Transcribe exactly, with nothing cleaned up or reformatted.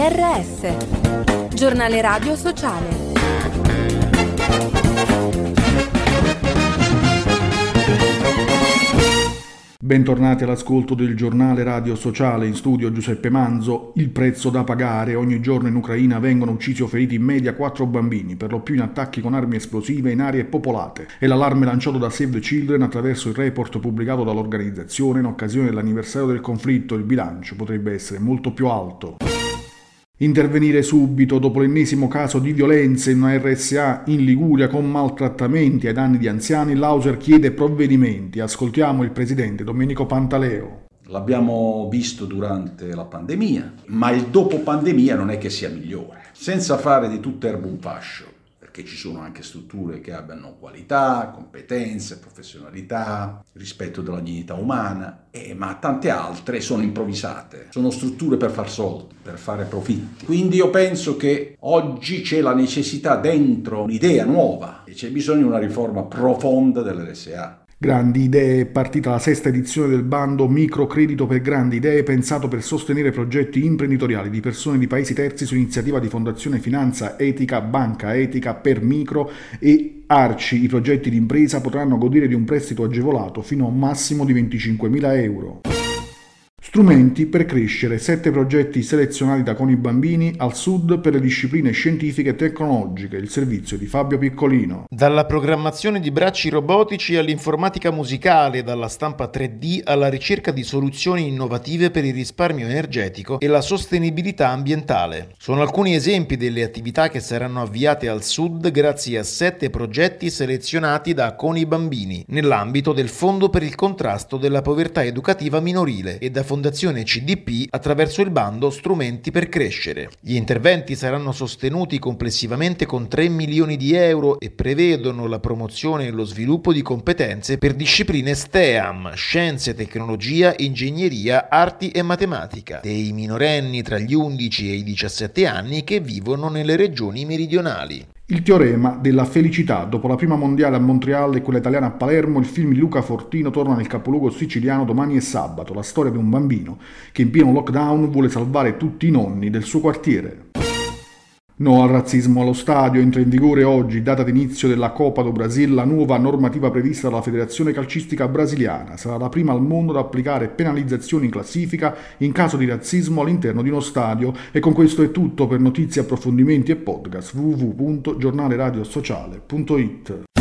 R S, giornale radio sociale. Bentornati all'ascolto del giornale radio sociale, in studio Giuseppe Manzo. Il prezzo da pagare: ogni giorno in Ucraina vengono uccisi o feriti in media quattro bambini, per lo più in attacchi con armi esplosive in aree popolate. È l'allarme lanciato da Save the Children attraverso il report pubblicato dall'organizzazione in occasione dell'anniversario del conflitto. Il bilancio potrebbe essere molto più alto. Intervenire subito dopo l'ennesimo caso di violenze in una R S A in Liguria con maltrattamenti ai danni di anziani. L'Auser chiede provvedimenti. Ascoltiamo il presidente Domenico Pantaleo. L'abbiamo visto durante la pandemia, ma il dopo pandemia non è che sia migliore. Senza fare di tutta erba un fascio, perché ci sono anche strutture che abbiano qualità, competenze, professionalità, rispetto della dignità umana, eh, ma tante altre sono improvvisate, sono strutture per far soldi, per fare profitti. Quindi io penso che oggi c'è la necessità dentro un'idea nuova e c'è bisogno di una riforma profonda dell'R S A. Grandi idee. È partita la sesta edizione del bando Microcredito per grandi idee, pensato per sostenere progetti imprenditoriali di persone di paesi terzi su iniziativa di Fondazione Finanza Etica, Banca Etica per Micro e Arci. I progetti di impresa potranno godere di un prestito agevolato fino a un massimo di venticinquemila euro. Strumenti per crescere. Sette progetti selezionati da Conibambini al Sud per le discipline scientifiche e tecnologiche. Il servizio di Fabio Piccolino. Dalla programmazione di bracci robotici all'informatica musicale, dalla stampa tre D alla ricerca di soluzioni innovative per il risparmio energetico e la sostenibilità ambientale. Sono alcuni esempi delle attività che saranno avviate al Sud grazie a sette progetti selezionati da Conibambini nell'ambito del Fondo per il contrasto della povertà educativa minorile e da Fondazione C D P attraverso il bando Strumenti per crescere. Gli interventi saranno sostenuti complessivamente con tre milioni di euro e prevedono la promozione e lo sviluppo di competenze per discipline STEAM, scienze, tecnologia, ingegneria, arti e matematica, dei minorenni tra gli undici e i diciassette anni che vivono nelle regioni meridionali. Il teorema della felicità. Dopo la prima mondiale a Montreal e quella italiana a Palermo, il film di Luca Fortino torna nel capoluogo siciliano Domani è sabato, la storia di un bambino che in pieno lockdown vuole salvare tutti i nonni del suo quartiere. No al razzismo allo stadio. Entra in vigore oggi, data d'inizio della Copa do Brasil, la nuova normativa prevista dalla Federazione Calcistica Brasiliana. Sarà la prima al mondo ad applicare penalizzazioni in classifica in caso di razzismo all'interno di uno stadio. E con questo è tutto. Per notizie, approfondimenti e podcast w w w punto giornale radio sociale punto it.